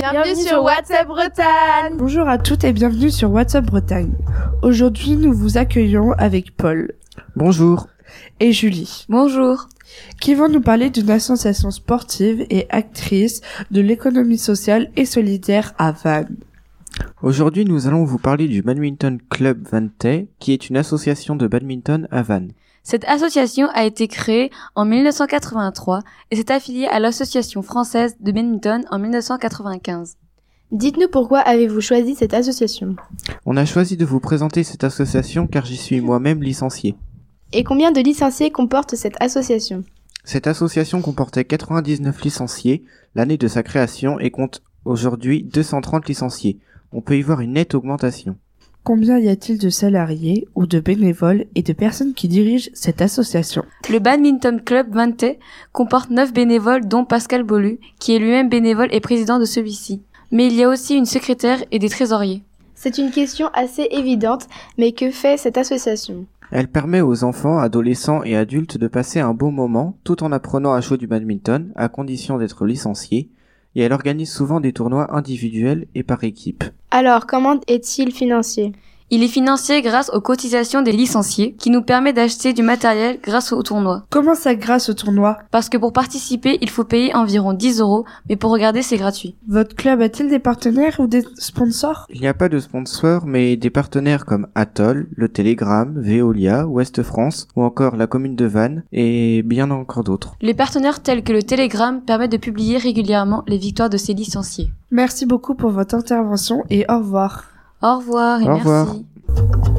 Bienvenue sur WhatsApp Bretagne. Bonjour à toutes et bienvenue sur WhatsApp Bretagne. Aujourd'hui, nous vous accueillons avec Paul. Bonjour. Et Julie. Bonjour. Qui vont nous parler d'une association sportive et actrice de l'économie sociale et solidaire à Vannes. Aujourd'hui, nous allons vous parler du Badminton Club Vantais, qui est une association de badminton à Vannes. Cette association a été créée en 1983 et s'est affiliée à l'Association française de badminton en 1995. Dites-nous pourquoi avez-vous choisi cette association ? On a choisi de vous présenter cette association car j'y suis moi-même licencié. Et combien de licenciés comporte cette association ? Cette association comportait 99 licenciés l'année de sa création et compte aujourd'hui 230 licenciés. On peut y voir une nette augmentation. Combien y a-t-il de salariés ou de bénévoles et de personnes qui dirigent cette association ? Le Badminton Club Vantais comporte 9 bénévoles dont Pascal Bolu, qui est lui-même bénévole et président de celui-ci. Mais il y a aussi une secrétaire et des trésoriers. C'est une question assez évidente, mais que fait cette association ? Elle permet aux enfants, adolescents et adultes de passer un bon moment tout en apprenant à jouer du badminton, à condition d'être licenciés, et elle organise souvent des tournois individuels et par équipe. Alors, comment est-il financé ? Il est financé grâce aux cotisations des licenciés, qui nous permet d'acheter du matériel grâce au tournoi. Comment ça grâce au tournoi ? Parce que pour participer, il faut payer environ 10 €, mais pour regarder, c'est gratuit. Votre club a-t-il des partenaires ou des sponsors ? Il n'y a pas de sponsors, mais des partenaires comme Atoll, le Télégramme, Veolia, Ouest France, ou encore la commune de Vannes, et bien encore d'autres. Les partenaires tels que le Télégramme permettent de publier régulièrement les victoires de ces licenciés. Merci beaucoup pour votre intervention et au revoir. Au revoir et Au revoir. merci.